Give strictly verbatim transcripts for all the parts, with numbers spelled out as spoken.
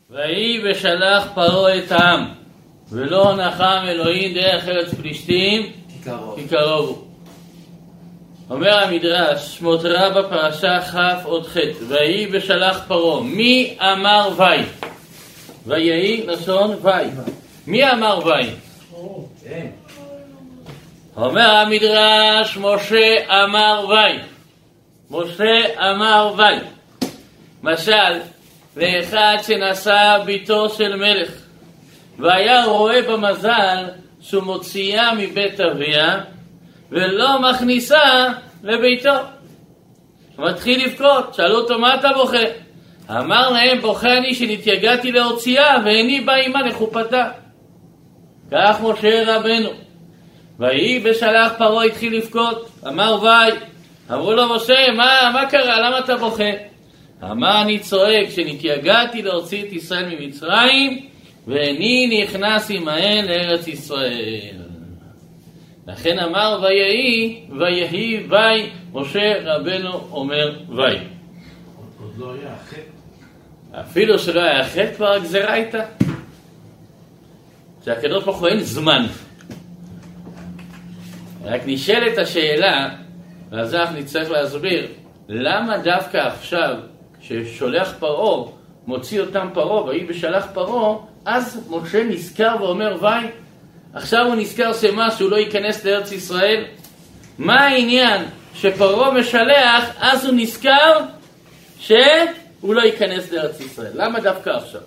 ויהי בשלח פרעה את העם, ולא נחם אלוהים דרך ארץ פלישתים, כי קרוב. אומר המדרש, שמות רבה פרשה כ' עוד ח', ויהי בשלח פרעה. מי אמר וי? ויהי לשון וי. מי אמר וי? אומר המדרש, משה אמר וי. משה אמר וי. משל, לאחד שנשא ביתו של מלך, והיה רואה במזל שהוא מוציאה מבית אביה, ולא מכניסה לביתו. מתחיל לבכות, שאלו אותו מה אתה בוכה? אמר להם, בוכה אני שנתייגעתי להוציאה, ואיני בא עמה לחופתה. כך משה רבנו. ויהי בשלח פרעה התחיל לבכות, אמר וי. אמרו לו, משה, מה, מה קרה? למה אתה בוכה? אמר, אני צועק שנתייגעתי להוציא את ישראל ממצרים, ואיני נכנס עמהם לארץ ישראל. לכן אמר ויהי, ויהי וי, משה רבנו אומר וי. עוד לא היה חטא. אפילו שלא היה חטא, כבר הגזרה הייתה. שהקדוש ברוך הוא אין זמן. רק נשאלת השאלה, ואז אנחנו נצטרך להסביר, למה דווקא עכשיו, כששולח פרעה, מוציא אותם פרעה, ויהי בשלח פרעה, אז משה נזכר ואומר וי, עכשיו הוא נזכר שמה, שהוא לא ייכנס לארץ ישראל? מה העניין שפרעה משלח, אז הוא נזכר שהוא לא ייכנס לארץ ישראל? למה דווקא עכשיו?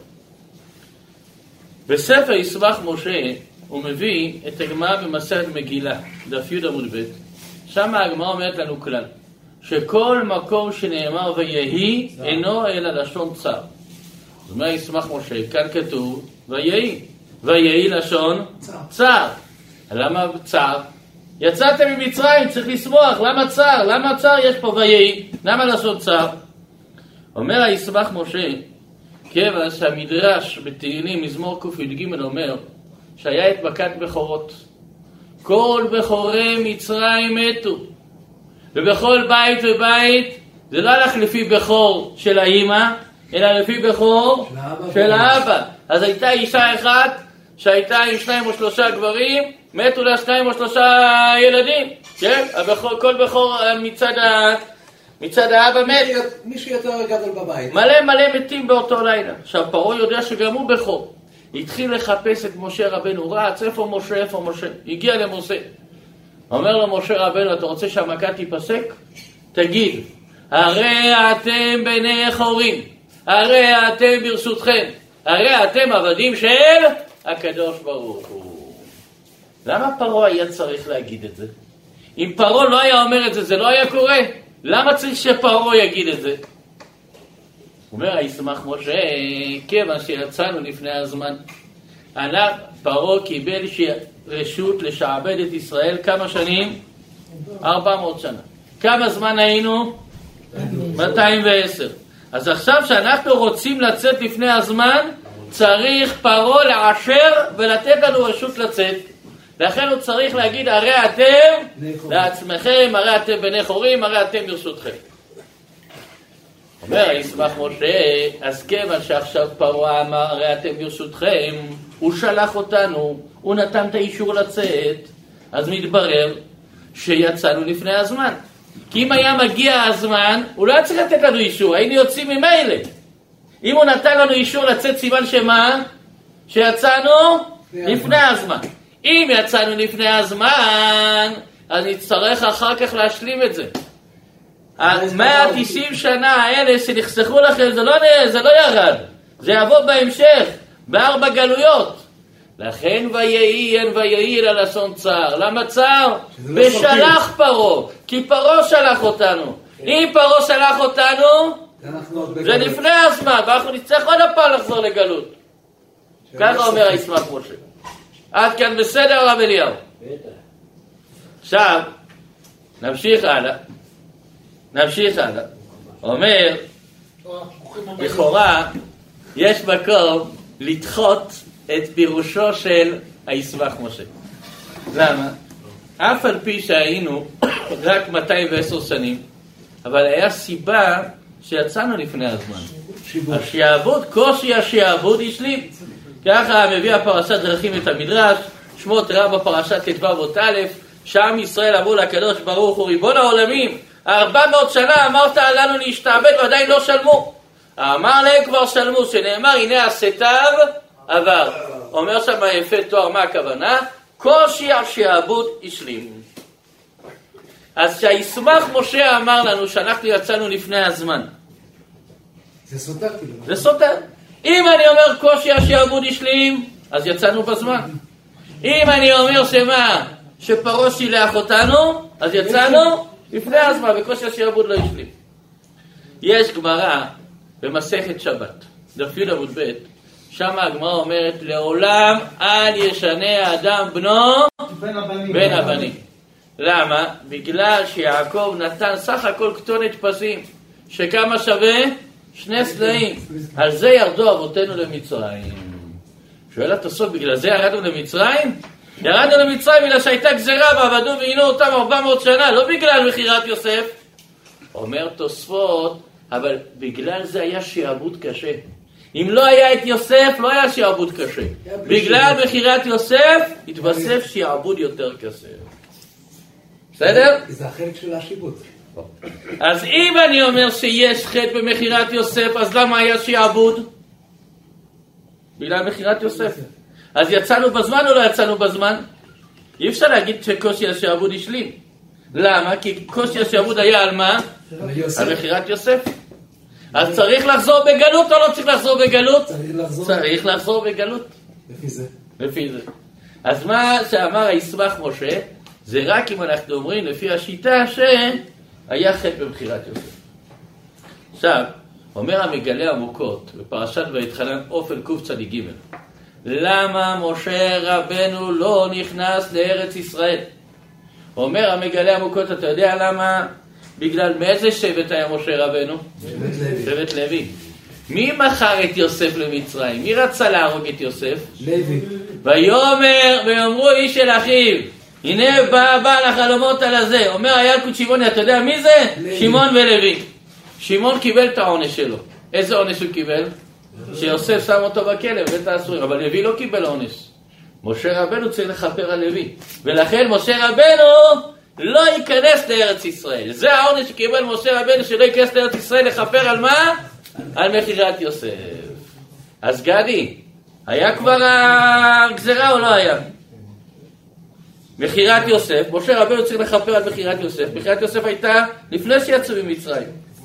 בספר ישבח משה הוא מביא את הגמרא במסכת מגילה, דף י' עמוד ב', שם הגמרא אומרת לנו כלל, שכל מקום שנאמר ויהי אינו אלא לשון צר. זאת אומרת ישמח משה, כאן כתוב ויהי, ויהי לשון צר. למה צר? יצאתם ממצרים, צריך לשמוח, למה צר? למה צר יש פה ויהי? למה לשון צר? אומר הישמח משה, כיוון שהמדרש בתהילים מזמור ק"ג אומר שהיה את מכת בכורות, כל בכורי מצרים מתו, ובכל בית ובית זה לא הלך לפי בכור של האמא, אלא לפי בכור של האבא. אז הייתה אישה אחת שהייתה עם שניים או שלושה גברים, מתו לה שניים או שלושה ילדים, כן? הבכור, כל בכור מצד, ה... מצד האבא מת. מישהו יותר גדול בבית. מלא מלא מתים באותו לילה. עכשיו פרעה יודע שגם הוא בכור. התחיל לחפש את משה רבנו, רץ, איפה משה, איפה משה? הגיע למשה. אומר לו משה רבנו, אתה רוצה שהמכה תיפסק? תגיד, הרי אתם בני חורים, הרי אתם ברשותכם, הרי אתם עבדים של הקדוש ברוך הוא. למה פרעה היה צריך להגיד את זה? אם פרעה לא היה אומר את זה, זה לא היה קורה. למה צריך שפרעה יגיד את זה? אומר הישמח משה, כיוון שיצאנו לפני הזמן, עלה פרעה קיבל רשות לשעבד את ישראל כמה שנים? ארבע מאות שנה. כמה זמן היינו? מאתיים ועשר. אז עכשיו שאנחנו רוצים לצאת לפני הזמן, צריך פרעה לאשר ולתת לנו רשות לצאת. לכן הוא צריך להגיד, הרי אתם לעצמכם, הרי אתם בני חורים, הרי אתם ברשותכם. אומר הישמח משה, אז כיוון שעכשיו פרעה אמר, הרי אתם ברשותכם, הוא שלח אותנו, הוא נתן את האישור לצאת, אז מתברר שיצאנו לפני הזמן. כי אם היה מגיע הזמן, הוא לא היה צריך לתת לנו אישור, היינו יוצאים ממילא. אם הוא נתן לנו אישור לצאת, סימן שמה? שיצאנו לפני הזמן. אם יצאנו לפני הזמן, אז נצטרך אחר כך להשלים את זה. ה-מאה ותשעים שנה האלה שנחסכו לכם, זה לא, זה לא ירד. זה יבוא בהמשך, בארבע גלויות. לכן ויהי, אין ויהי אלא לשון צר. למה צר? בשלח פרעה. כי פרעה שלח אותנו. אם פרעה שלח אותנו, זה לפני הזמן, ואנחנו נצטרך עוד הפעם לחזור לגלות. ככה אומר הישמח משה. עד כאן בסדר רב אליהו. עכשיו, נמשיך הלאה. נמשיך הלאה. אומר, לכאורה, יש מקום לדחות את פירושו של הישמח משה. למה? אף על פי שהיינו רק מאתיים ועשר שנים, אבל היה סיבה שיצאנו לפני הזמן. השיעבוד, קושי השיעבוד השלים. ככה מביא הפרשת דרכים את המדרש, שמות רב בפרשת ט"ו אות א', שעם ישראל אמרו לקדוש ברוך הוא, ריבון העולמים, ארבע מאות שנה אמרת לנו להשתעבד ועדיין לא שלמו. אמר להם כבר שלמו, שנאמר הנה הסתיו עבר. אומר שם יפה תואר, מה הכוונה? קושי השיעבוד השלים. אז שהישמח משה אמר לנו שאנחנו יצאנו לפני הזמן. זה סותר כאילו. זה סותר. אם אני אומר קושי השיעבוד השלים, אז יצאנו בזמן. אם אני אומר שמה, שפרעה שילח אותנו, אז יצאנו לפני הזמן, וקושי השיעבוד לא השלים. יש גמרא במסכת שבת, דף י' עמוד ב', שם הגמרא אומרת, לעולם אל ישנה האדם בנו בין הבנים. בין הבנים. למה? בגלל שיעקב נתן סך הכל כתונת פסים, שכמה שווה? שני סלעים. על זה ירדו אבותינו למצרים. שואל התוספות, בגלל זה ירדנו למצרים? ירדנו למצרים בגלל שהייתה גזרה ועבדו ועינו אותם ארבע מאות שנה, לא בגלל מכירת יוסף. אומר תוספות, אבל בגלל זה היה שיעבוד קשה. אם לא היה את יוסף, לא היה שיעבוד קשה. בגלל מכירת יוסף, התווסף שיעבוד יותר קשה. בסדר? זה החלק של השיבוד. אז אם אני אומר שיש חטא במכירת יוסף, אז למה היה שיעבוד? בגלל מכירת יוסף. אז יצאנו בזמן או לא יצאנו בזמן? אי אפשר להגיד שקושי השיעבוד השלים. למה? כי קושי השיעבוד היה על מה? על מכירת יוסף. אז צריך לחזור בגלות או לא צריך לחזור בגלות? צריך לחזור. צריך לחזור בגלות. לפי זה. לפי זה. אז מה שאמר הישמח משה, זה רק אם אנחנו אומרים לפי השיטה שהיה חטא במכירת יוסף. עכשיו, אומר המגלה עמוקות בפרשת ויתחנן אופן קצ"ג, למה משה רבנו לא נכנס לארץ ישראל? אומר המגלה עמוקות, אתה יודע למה? בגלל מאיזה שבט היה משה רבנו? שבט לוי. שבט לוי. מי מכר את יוסף למצרים? מי רצה להרוג את יוסף? לוי. ויאמר ויאמרו איש אל אחיו, הנה בא בעל החלומות על הזה. אומר הילקוט שמעוני, אתה יודע מי זה? לוי. שמעון ולוי. שמעון קיבל את העונש שלו. איזה עונש הוא קיבל? שיוסף שם אותו בכלא בבית האסורים, אבל לוי לא קיבל עונש. משה רבנו צריך לכפר על לוי, ולכן משה רבנו לא ייכנס לארץ ישראל. זה העונש שקיבל משה רבנו, שלא ייכנס לארץ ישראל, לכפר על מה? על מכירת יוסף. אז גדי, היה כבר הגזרה או לא היה? מכירת יוסף, משה רבנו צריך לכפר על מכירת יוסף. מכירת יוסף הייתה לפני שיצאו ממצרים.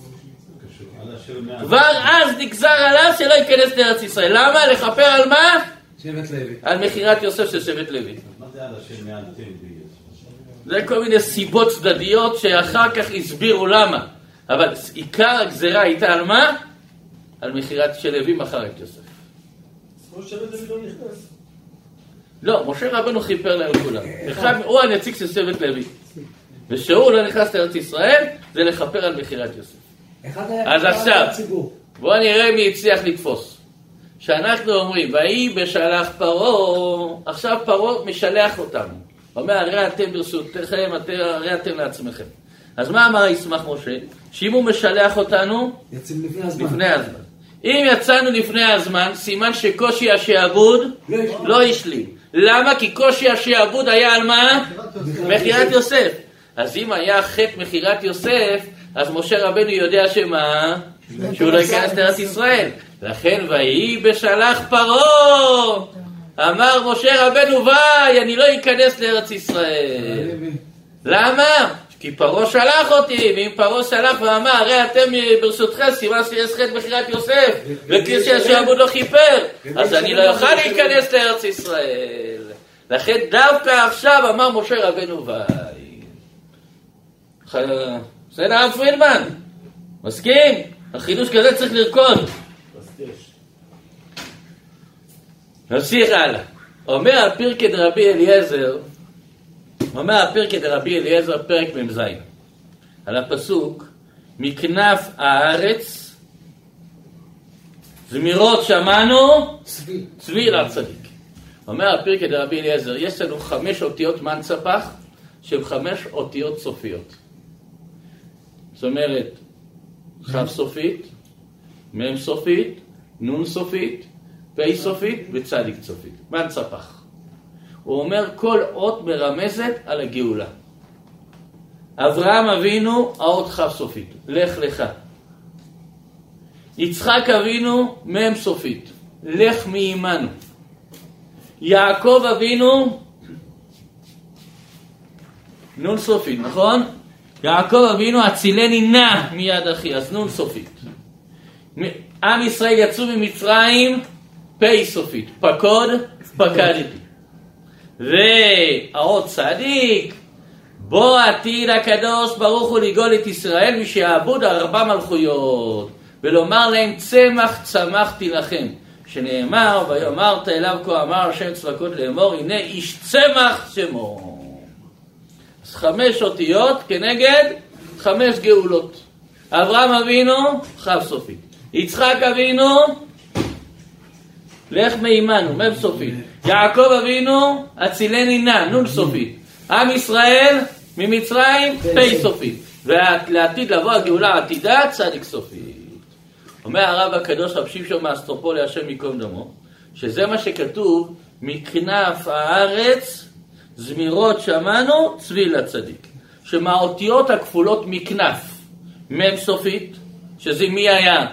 כבר אז נגזר עליו שלא ייכנס לארץ ישראל. למה? לכפר על מה? שבט לוי. על מכירת יוסף של שבט לוי. מה זה על השם מעל תל זה כל מיני סיבות צדדיות שאחר כך הסבירו למה. אבל עיקר הגזרה הייתה על מה? על מכירת של לוי מכר את יוסף. כמו שבט לוי לא נכנס. לא, משה רבנו חיפר להם כולם. הוא הנציג של שבט לוי. ושהוא לא נכנס לארץ ישראל, זה לכפר על מכירת יוסף. אז עכשיו, בואו נראה מי הצליח לתפוס. שאנחנו אומרים, ויהי בשלח פרעה, עכשיו פרעה משלח אותנו. הוא אומר, הרי אתם ברשותכם, הרי אתם לעצמכם. אז מה אמר ישמח משה? שאם הוא משלח אותנו, יצאים לפני הזמן. לפני הזמן. אם יצאנו לפני הזמן, סימן שקושי השעבוד לא השלים. למה? כי קושי השעבוד היה על מה? מכירת יוסף. אז אם היה חטא מכירת יוסף, אז משה רבנו יודע שמה? שהוא לא ייכנס לארץ ישראל. לכן ויהי בשלח פרעה, אמר משה רבנו ויי, אני לא אכנס לארץ ישראל. למה? כי פרעה שלח אותי, ואם פרעה שלח ואמר, הרי אתם ברשותכם סימן שיש חטא מכירת יוסף, וכי השעבוד לא כיפר, אז אני לא אוכל להיכנס לארץ ישראל. לכן דווקא עכשיו אמר משה רבנו ויי. בסדר, הרב פרידמן? מסכים? החידוש כזה צריך לרקוד. נמשיך הלאה. אומר הפרקי דרבי אליעזר, אומר הפרקי דרבי אליעזר פרק ממז, על הפסוק, מכנף הארץ זמירות שמענו צבי. צבי לצדיק. אומר הפרקי דרבי אליעזר, יש לנו חמש אותיות מנצפח שהן חמש אותיות סופיות. זאת אומרת, כף סופית, מם סופית, נון סופית, פי סופית וצדיק סופית. מנצפח. הוא אומר כל אות מרמזת על הגאולה. אברהם אבינו, האות כף סופית, לך לך. יצחק אבינו, מם סופית, לך מעימנו. יעקב אבינו, נון סופית, נכון? יעקב אבינו, הצילני נא מיד אחי, אז נון סופית. עם ישראל יצאו ממצרים, פי סופית, פקוד, פקדתי. והאות צדיק, בוא עתיד הקדוש ברוך הוא לגאול את ישראל ושיעבוד ארבע מלכויות ולומר להם צמח צמחתי לכם, שנאמר ויאמרת אליו כה אמר השם צבקות לאמור הנה איש צמח שמו. אז חמש אותיות כנגד חמש גאולות. אברהם אבינו כף סופית, יצחק אבינו לך מעימנו מם סופית, יעקב אבינו הצילני נא נון סופית, עם ישראל ממצרים פי סופית, ולעתיד לבוא הגאולה העתידה צדיק סופית. אומר הרב הקדוש רב שמשון מאסטרופולי השם ייקום דמו, שזה מה שכתוב מכנף הארץ זמירות שמענו צבי לצדיק, שמהאותיות הכפולות מכנף מם סופית, שזה מי היה?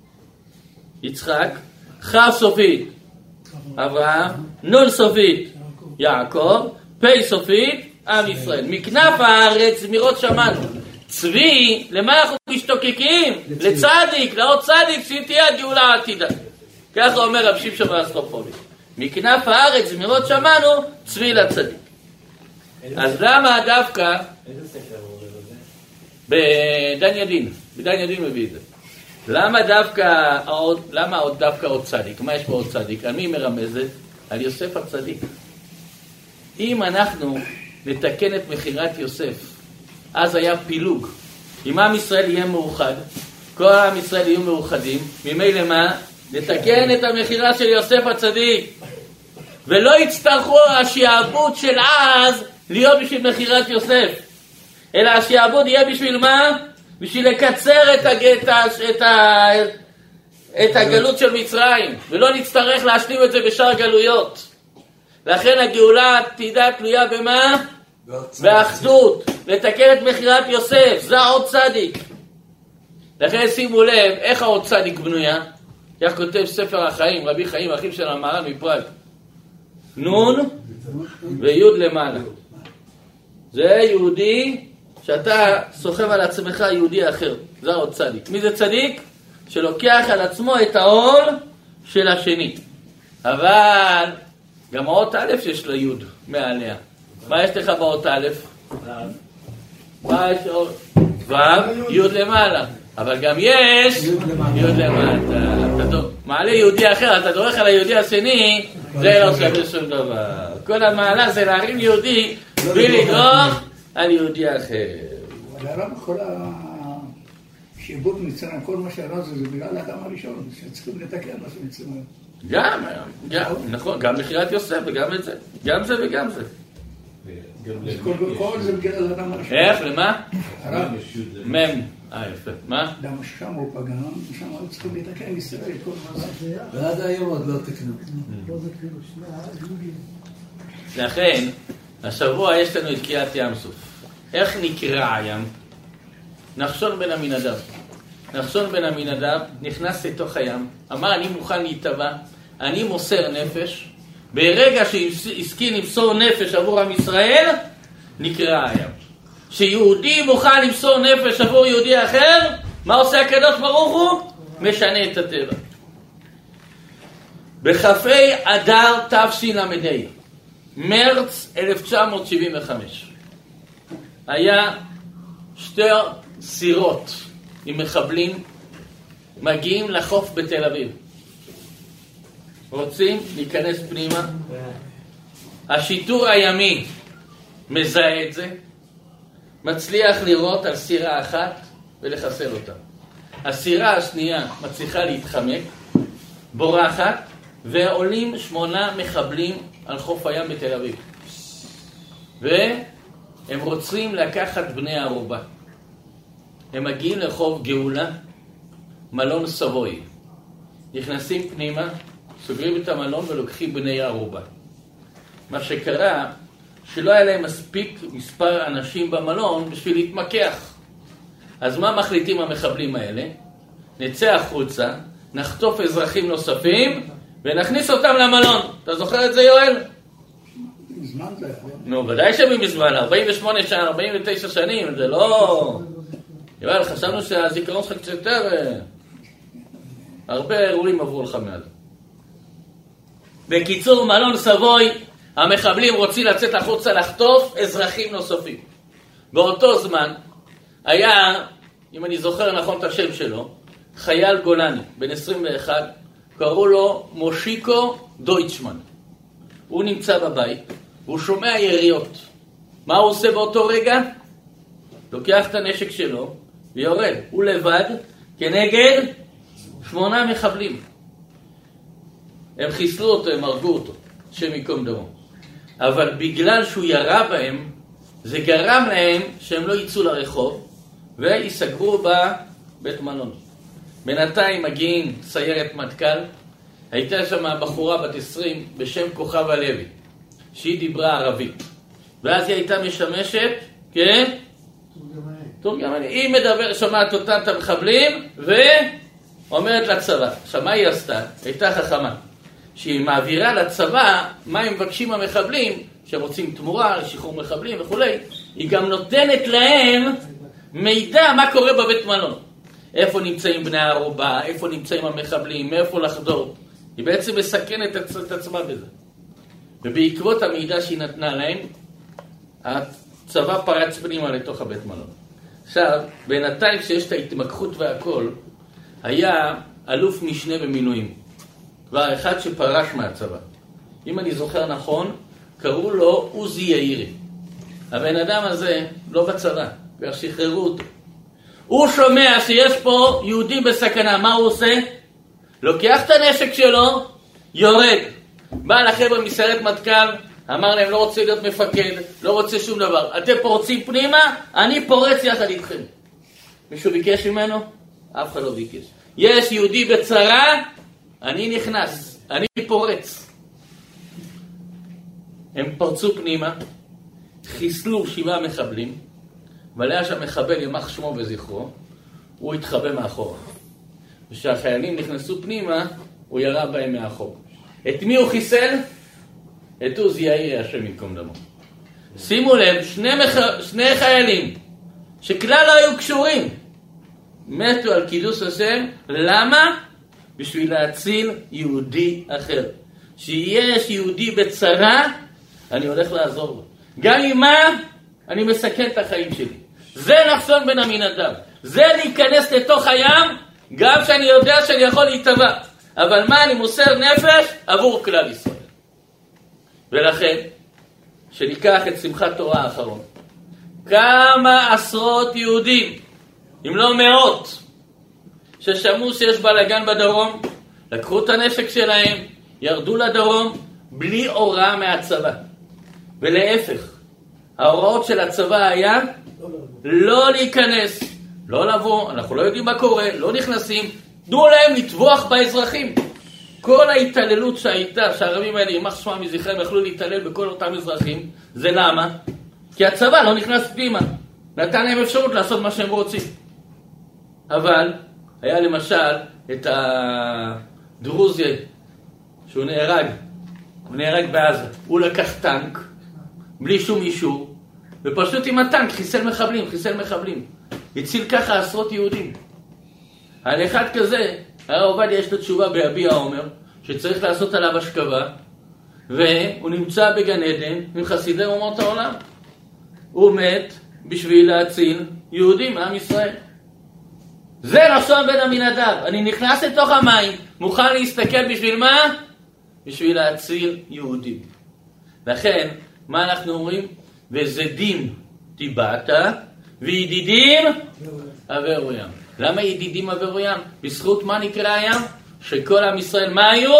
יצחק, כף סופית אברהם, נון סופית יעקב, פי סופית עם ישראל. מכנף הארץ זמירות שמענו. צבי, למה אנחנו משתוקקים? לצדיק, לאות צדיק, שתהיה הגאולה העתידה. ככה אומר רב שמשון מאסטרופולי. מכנף הארץ זמירות שמענו, צבי לצדיק. אז למה דווקא איזה ספר הוא אומר את זה? בדן ידין, בדן ידין מביא את זה. למה דווקא עוד, למה עוד דווקא עוד צדיק? מה יש פה עוד צדיק? על מי מרמזת? על יוסף הצדיק. אם אנחנו נתקן את מחירת יוסף, אז היה פילוג. אם עם ישראל יהיה מאוחד, כל עם ישראל יהיו מאוחדים, ממילא מה? נתקן את המחירה של יוסף הצדיק. ולא יצטרכו השיעבוד של אז להיות בשביל מחירת יוסף. אלא השיעבוד יהיה בשביל מה? בשביל לקצר את, את, את, את הגלות של מצרים, ולא נצטרך להשלים את זה בשאר גלויות. לכן הגאולה העתידה תלויה במה? באחדות, לתקן את מחירת יוסף, זה העוד צדיק. לכן שימו לב, איך העוד צדיק בנויה? איך כותב ספר החיים, רבי חיים, אחיו של המהר"ל מפראג. נון ויוד למעלה. זה יהודי שאתה סוחב על עצמך יהודי אחר, זה העוד צדיק. מי זה צדיק? שלוקח על עצמו את העול של השני. אבל גם האות א' יש לה יוד מעליה. מה יש לך באות א'? מה יש עוד? ו', יוד למעלה. אבל גם יש יוד למטה. מעלה יהודי אחר, אתה דורך על היהודי השני, זה לא שווה שום דבר. כל המעלה זה להרים יהודי בלי לדרוך על יהודי אחר. אבל הרב כל השיעבוד מצרים, כל מה שהרב זה בגלל האדם הראשון, שצריכים לתקן מה שמצרים. גם, גם, נכון, גם מחירת יוסף וגם את זה. גם זה וגם זה. כל זה בגלל האדם הראשון. איך? למה? הרב. מם. אה, יפה. מה? למה שם הוא פגם, שם הוא צריכים לתקן ישראל, כל מה זה. ועד היום עוד לא תקנו. לכן, השבוע יש לנו את קריעת ים סוף. איך נקרא הים? נחשון בן עמינדב. נחשון בן עמינדב נכנס לתוך הים, אמר אני מוכן להתאבע, אני מוסר נפש. ברגע שהסכים למסור נפש עבור עם ישראל, נקרא הים. שיהודי מוכן למסור נפש עבור יהודי אחר, מה עושה הקדוש ברוך הוא? משנה את הטבע. בכ"ה אדר תשל"ה, מרץ אלף תשע מאות שבעים וחמש, היה שתי סירות עם מחבלים מגיעים לחוף בתל אביב, רוצים להיכנס פנימה. השיטור הימי מזהה את זה, מצליח לראות על סירה אחת ולחסל אותה. הסירה השנייה מצליחה להתחמק, בורחת, ועולים שמונה מחבלים על חוף הים בתל אביב. והם רוצים לקחת בני ערובה. הם מגיעים לחוף גאולה, מלון סבוי. נכנסים פנימה, סוגרים את המלון ולוקחים בני ערובה. מה שקרה, שלא היה להם מספיק מספר אנשים במלון בשביל להתמקח. אז מה מחליטים המחבלים האלה? נצא החוצה, נחטוף אזרחים נוספים ונכניס אותם למלון. אתה זוכר את זה, יואל? מזמן זה היה. נו, ודאי שמזמן, ארבעים ושמונה שנה, ארבעים ותשע שנים, זה לא... יואל, חשבנו שהזיכרון שלך קצת יותר... הרבה אירועים עברו לך מאז. בקיצור, מלון סבוי, המחבלים רוצים לצאת החוצה לחטוף אזרחים נוספים. באותו זמן היה, אם אני זוכר נכון את השם שלו, חייל גולני, בן עשרים ואחת, קראו לו מושיקו דויטשמן. הוא נמצא בבית, הוא שומע יריות. מה הוא עושה באותו רגע? לוקח את הנשק שלו ויורד. הוא לבד כנגד שמונה מחבלים. הם חיסלו אותו, הם הרגו אותו, שם יקום דמו. אבל בגלל שהוא ירה בהם, זה גרם להם שהם לא יצאו לרחוב ויסגרו בבית מלון. בינתיים מגיעים סיירת מטכ"ל, הייתה שם בחורה בת עשרים בשם כוכב הלוי, שהיא דיברה ערבית. ואז היא הייתה משמשת, כן? תורגמנית. היא מדבר, שומעת אותם את המחבלים ואומרת לצבא. עכשיו מה היא עשתה? הייתה חכמה. שהיא מעבירה לצבא מה הם מבקשים המחבלים, שרוצים תמורה לשחרור מחבלים וכו'. היא גם נותנת להם מידע מה קורה בבית מלון. איפה נמצאים בני הערובה, איפה נמצאים המחבלים, מאיפה לחדור. היא בעצם מסכנת את עצמה בזה. ובעקבות המידע שהיא נתנה להם, הצבא פרץ פנימה לתוך הבית מלון. עכשיו, בינתיים שיש את ההתמקחות והכל, היה אלוף משנה במילואים. כבר אחד שפרש מהצבא. אם אני זוכר נכון, קראו לו עוזי יאירי. הבן אדם הזה לא בצבא, כבר שחררו אותו. הוא שומע שיש פה יהודים בסכנה, מה הוא עושה? לוקח את הנשק שלו, יורד. בא לחבר'ה מסיירת מטכ"ל, אמר להם לא רוצה להיות מפקד, לא רוצה שום דבר. אתם פורצים פנימה, אני פורץ יחד איתכם. מישהו ביקש ממנו? אף אחד לא ביקש. יש יהודי בצרה, אני נכנס, אני פורץ. הם פרצו פנימה, חיסלו שבעה מחבלים, אבל היה שם מחבל ימח שמו וזכרו, הוא התחבא מאחורה. וכשהחיילים נכנסו פנימה, הוא ירה בהם מאחור. את מי הוא חיסל? את עוזי יאירי, השם יקום דמו. שימו לב, שני, מח... שני חיילים שכלל לא היו קשורים, מתו על קידוש השם. למה? בשביל להציל יהודי אחר. שיש יהודי בצרה, אני הולך לעזור לו. גם אם מה? אני מסכן את החיים שלי. זה נחסון בן עמינדב. זה להיכנס לתוך הים, גם שאני יודע שאני יכול להתאבע. אבל מה? אני מוסר נפש עבור כלל ישראל. ולכן, שניקח את שמחת תורה האחרון. כמה עשרות יהודים, אם לא מאות, ששמעו שיש בלגן בדרום, לקחו את הנשק שלהם, ירדו לדרום, בלי הוראה מהצבא. ולהפך, ההוראות של הצבא היה לא להיכנס, לא לבוא, אנחנו לא יודעים מה קורה, לא נכנסים, תנו להם לטבוח באזרחים. כל ההתעללות שהייתה, שהערבים האלה, ימח שמם מזכרם, יכלו להתעלל בכל אותם אזרחים, זה למה? כי הצבא לא נכנס פנימה, נתן להם אפשרות לעשות מה שהם רוצים. אבל היה למשל את הדרוזי שהוא נהרג, הוא נהרג בעזה, הוא לקח טנק בלי שום אישור, ופשוט עם הטנק חיסל מחבלים, חיסל מחבלים, הציל ככה עשרות יהודים. על אחד כזה, הרב עובדיה יש לו תשובה ביביע אומר, שצריך לעשות עליו השכבה, והוא נמצא בגן עדן עם חסידי אומות העולם. הוא מת בשביל להציל יהודים מעם ישראל. זה נחשון בן עמינדב. אני נכנס לתוך המים, מוכן להסתכל בשביל מה? בשביל להציל יהודים. לכן, מה אנחנו אומרים? וזדים טיבעת, וידידים עברו ים. למה ידידים עברו ים? בזכות מה נקרא הים? שכל עם ישראל, מה היו?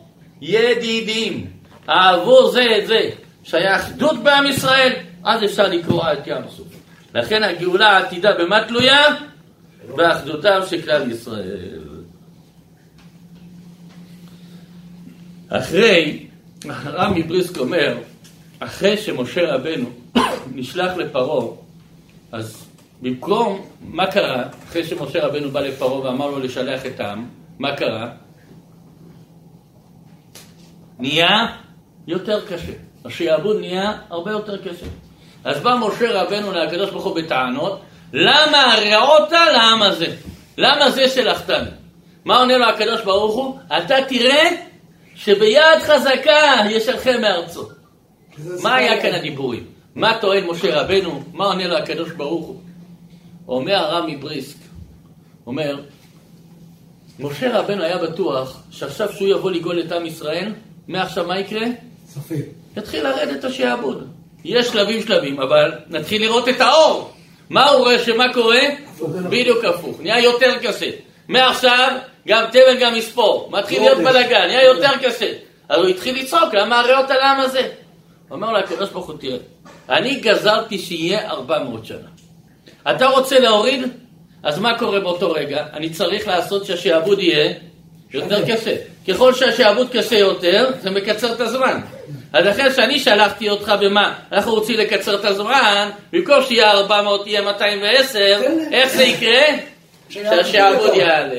ידידים. אהבו זה את זה. שהיה אחדות בעם ישראל, אז אפשר לקרוא את ים סוף. לכן הגאולה העתידה במה תלויה? באחדותם של כלל ישראל. אחרי, הרב מבריסק אומר, אחרי שמשה רבנו נשלח לפרעה, אז במקום, מה קרה? אחרי שמשה רבנו בא לפרעה ואמר לו לשלח את העם, מה קרה? נהיה יותר קשה. השעבוד נהיה הרבה יותר קשה. אז בא משה רבנו לקדוש ברוך הוא בטענות, למה הרעות לעם הזה? למה זה שלחתנו? מה עונה לו הקדוש ברוך הוא? אתה תראה שביד חזקה ישלחם מארצו. מה היה כאן הדיבורים? מה טוען משה רבנו? מה עונה לו הקדוש ברוך הוא? אומר הרב מבריסק, אומר, משה רבנו היה בטוח שעכשיו שהוא יבוא לגאול את עם ישראל, מעכשיו מה יקרה? סופי. יתחיל לרדת השעבוד. יש שלבים שלבים, אבל נתחיל לראות את האור. מה הוא רואה שמה קורה? בדיוק הפוך, נהיה יותר קשה. מעכשיו גם תבל גם מספור, מתחיל להיות בלגן, נהיה יותר קשה. אז הוא התחיל לצעוק, למה הרעות על העם הזה? הוא אומר לה, הקדוש ברוך הוא, תראה, אני גזרתי שיהיה ארבע מאות שנה. אתה רוצה להוריד? אז מה קורה באותו רגע? אני צריך לעשות שהשעבוד יהיה יותר קשה. ככל שהשעבוד קשה יותר, זה מקצר את הזמן. אז אחרי שאני שלחתי אותך במה, אנחנו רוצים לקצר את הזמן, במקום שיהיה ארבע מאות, יהיה מאתיים ועשר, איך זה יקרה? שהשעבוד יעלה.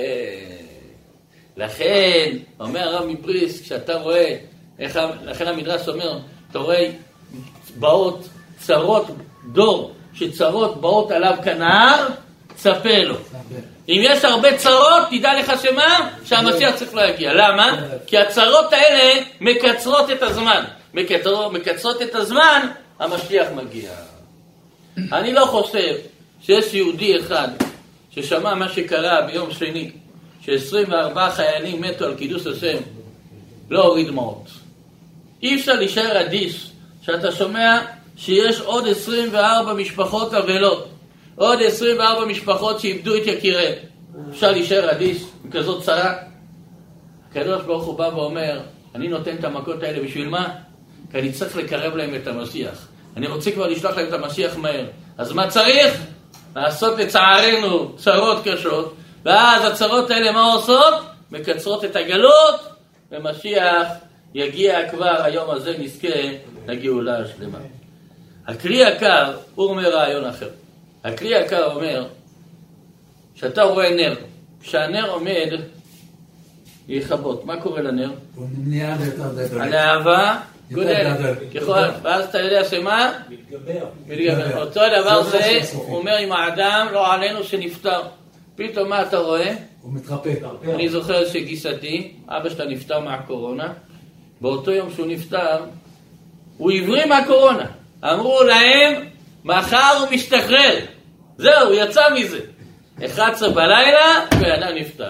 לכן, אומר הרב מבריסק, כשאתה רואה, לכן המדרש אומר, אתה רואה באות צרות, דור שצרות באות עליו כנהר, צפה לו. אם יש הרבה צרות, תדע לך שמה? שהמשיח צריך להגיע. למה? כי הצרות האלה מקצרות את הזמן. מקצרות את הזמן, המשיח מגיע. אני לא חושב שיש יהודי אחד ששמע מה שקרה ביום שני, ש-עשרים וארבעה חיילים מתו על קידוש השם, לא הוריד דמעות. אי אפשר להישאר אדיש שאתה שומע שיש עוד עשרים וארבע משפחות אבלות, עוד עשרים וארבע משפחות שאיבדו את יקיריהם. אפשר להישאר אדיש בכזאת צרה? הקדוש ברוך הוא בא ואומר, אני נותן את המכות האלה בשביל מה? כי אני צריך לקרב להם את המשיח. אני רוצה כבר לשלוח להם את המשיח מהר. אז מה צריך? לעשות לצערנו צרות קשות, ואז הצרות האלה מה עושות? מקצרות את הגלות, ומשיח יגיע כבר היום הזה, נזכה לגאולה השלמה. הכלי יקר, הוא אומר רעיון אחר. הכלי יקר אומר, שאתה רואה נר, כשהנר עומד יכבות, מה קורה לנר? הוא נהיה יותר גדול. הלהבה גודלת, ואז אתה יודע שמה? מתגבר. מתגבר. אותו דבר זה, הוא אומר עם האדם, לא עלינו שנפטר. פתאום מה אתה רואה? הוא מתרפא. אני זוכר שגיסתי, אבא שלה נפטר מהקורונה, באותו יום שהוא נפטר, הוא עברי מהקורונה. אמרו להם, מחר הוא משתחרר. זהו, הוא יצא מזה. אחת עשרה בלילה, והאדם נפטר.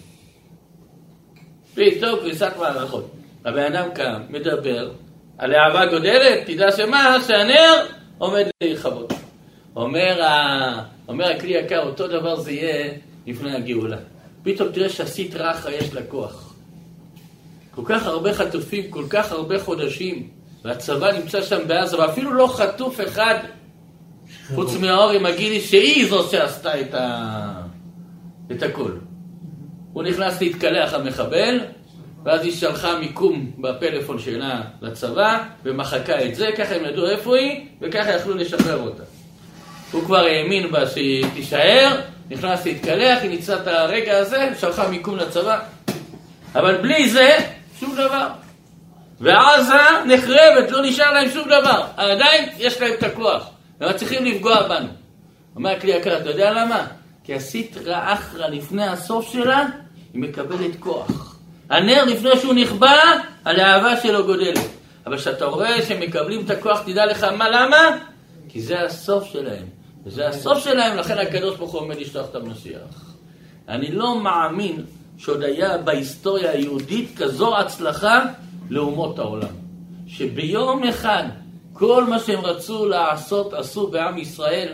פתאום קריסת מערכות. הבן אדם קם, מדבר, הלהבה גודלת, תדע שמה, שהנר עומד להיכבות. אומר, ה... אומר הכלי יקר, אותו דבר זה יהיה לפני הגאולה. פתאום תראה שעשית רחה יש לה כוח. כל כך הרבה חטופים, כל כך הרבה חודשים, והצבא נמצא שם בעזה, ואפילו לא חטוף אחד, חוץ מהאורי מגילי, שהיא זאת שעשתה את, ה... את הכל. הוא נכנס להתקלח המחבל, ואז היא שלחה מיקום בפלאפון שלה לצבא, ומחקה את זה, ככה הם ידעו איפה היא, וככה יכלו לשחרר אותה. הוא כבר האמין בה שהיא תישאר, נכנס להתקלח, היא ניצלה את הרגע הזה, שלחה מיקום לצבא. אבל בלי זה, שום דבר. ועזה נחרבת, לא נשאר להם שום דבר. עדיין יש להם את הכוח. והם צריכים לפגוע בנו. אומר הכלי יקר, אתה יודע למה? כי עשית רעה אחרא לפני הסוף שלה, היא מקבלת כוח. הנר לפני שהוא נכבה, הלהבה שלו גודלת. אבל כשאתה רואה שהם מקבלים את הכוח, תדע לך מה, למה? כי זה הסוף שלהם. וזה הסוף שלהם, לכן הקדוש ברוך הוא עומד לשלוח את המשיח. אני לא מאמין שעוד היה בהיסטוריה היהודית כזו הצלחה לאומות העולם. שביום אחד, כל מה שהם רצו לעשות, עשו בעם ישראל.